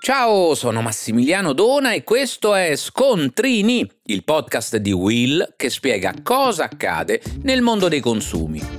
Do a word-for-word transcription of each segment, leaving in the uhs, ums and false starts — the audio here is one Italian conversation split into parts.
Ciao, sono Massimiliano Dona e questo è Scontrini, il podcast di Will che spiega cosa accade nel mondo dei consumi.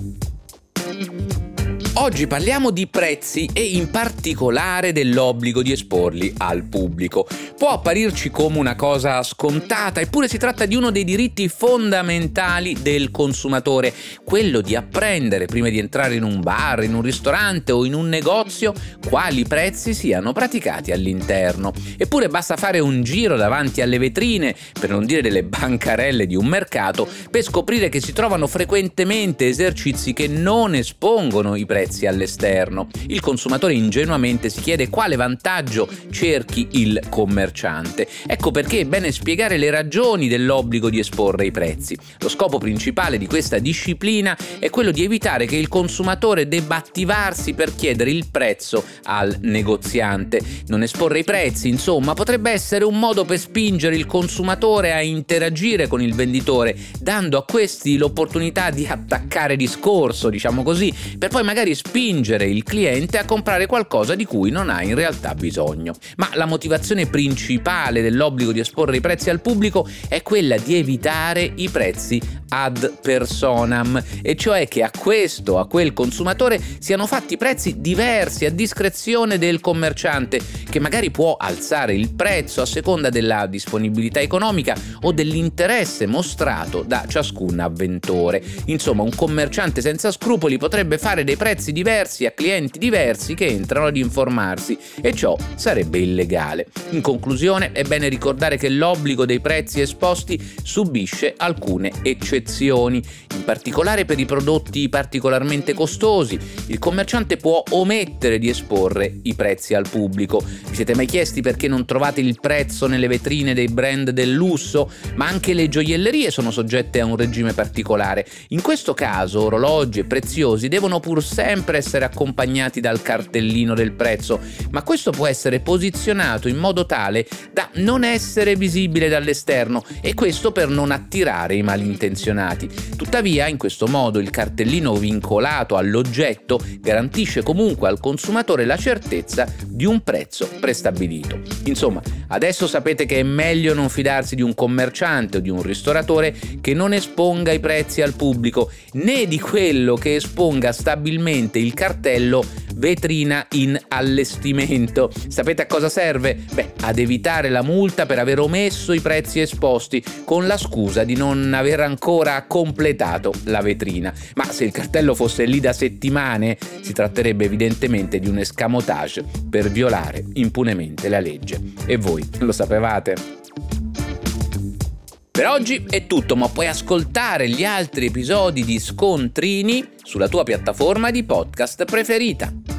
Oggi parliamo di prezzi e in particolare dell'obbligo di esporli al pubblico. Può apparirci come una cosa scontata, eppure si tratta di uno dei diritti fondamentali del consumatore, quello di apprendere prima di entrare in un bar, in un ristorante o in un negozio quali prezzi siano praticati all'interno. Eppure basta fare un giro davanti alle vetrine, per non dire delle bancarelle di un mercato, per scoprire che si trovano frequentemente esercizi che non espongono i prezzi all'esterno. Il consumatore ingenuamente si chiede quale vantaggio cerchi il commerciante. Ecco perché è bene spiegare le ragioni dell'obbligo di esporre i prezzi. Lo scopo principale di questa disciplina è quello di evitare che il consumatore debba attivarsi per chiedere il prezzo al negoziante. Non esporre i prezzi, insomma, potrebbe essere un modo per spingere il consumatore a interagire con il venditore, dando a questi l'opportunità di attaccare discorso, diciamo così, per poi magari spingere il cliente a comprare qualcosa di cui non ha in realtà bisogno. Ma la motivazione principale dell'obbligo di esporre i prezzi al pubblico è quella di evitare i prezzi ad personam, e cioè che a questo o a quel consumatore siano fatti prezzi diversi a discrezione del commerciante, che magari può alzare il prezzo a seconda della disponibilità economica o dell'interesse mostrato da ciascun avventore. Insomma, un commerciante senza scrupoli potrebbe fare dei prezzi diversi a clienti diversi che entrano ad informarsi, e ciò sarebbe illegale. In conclusione, è bene ricordare che l'obbligo dei prezzi esposti subisce alcune eccezioni. In particolare per i prodotti particolarmente costosi, il commerciante può omettere di esporre i prezzi al pubblico. Vi siete mai chiesti perché non trovate il prezzo nelle vetrine dei brand del lusso? Ma anche le gioiellerie sono soggette a un regime particolare. In questo caso, orologi e preziosi devono pur sempre essere accompagnati dal cartellino del prezzo, ma questo può essere posizionato in modo tale da non essere visibile dall'esterno, e questo per non attirare i malintenzionati. Tuttavia, in questo modo il cartellino vincolato all'oggetto garantisce comunque al consumatore la certezza di un prezzo prestabilito. Insomma, adesso sapete che è meglio non fidarsi di un commerciante o di un ristoratore che non esponga i prezzi al pubblico, né di quello che esponga stabilmente il cartello vetrina in allestimento. Sapete a cosa serve? Beh, ad evitare la multa per aver omesso i prezzi esposti con la scusa di non aver ancora completato la vetrina. Ma se il cartello fosse lì da settimane, si tratterebbe evidentemente di un escamotage per violare impunemente la legge. E voi lo sapevate? Per oggi è tutto, ma puoi ascoltare gli altri episodi di Scontrini sulla tua piattaforma di podcast preferita.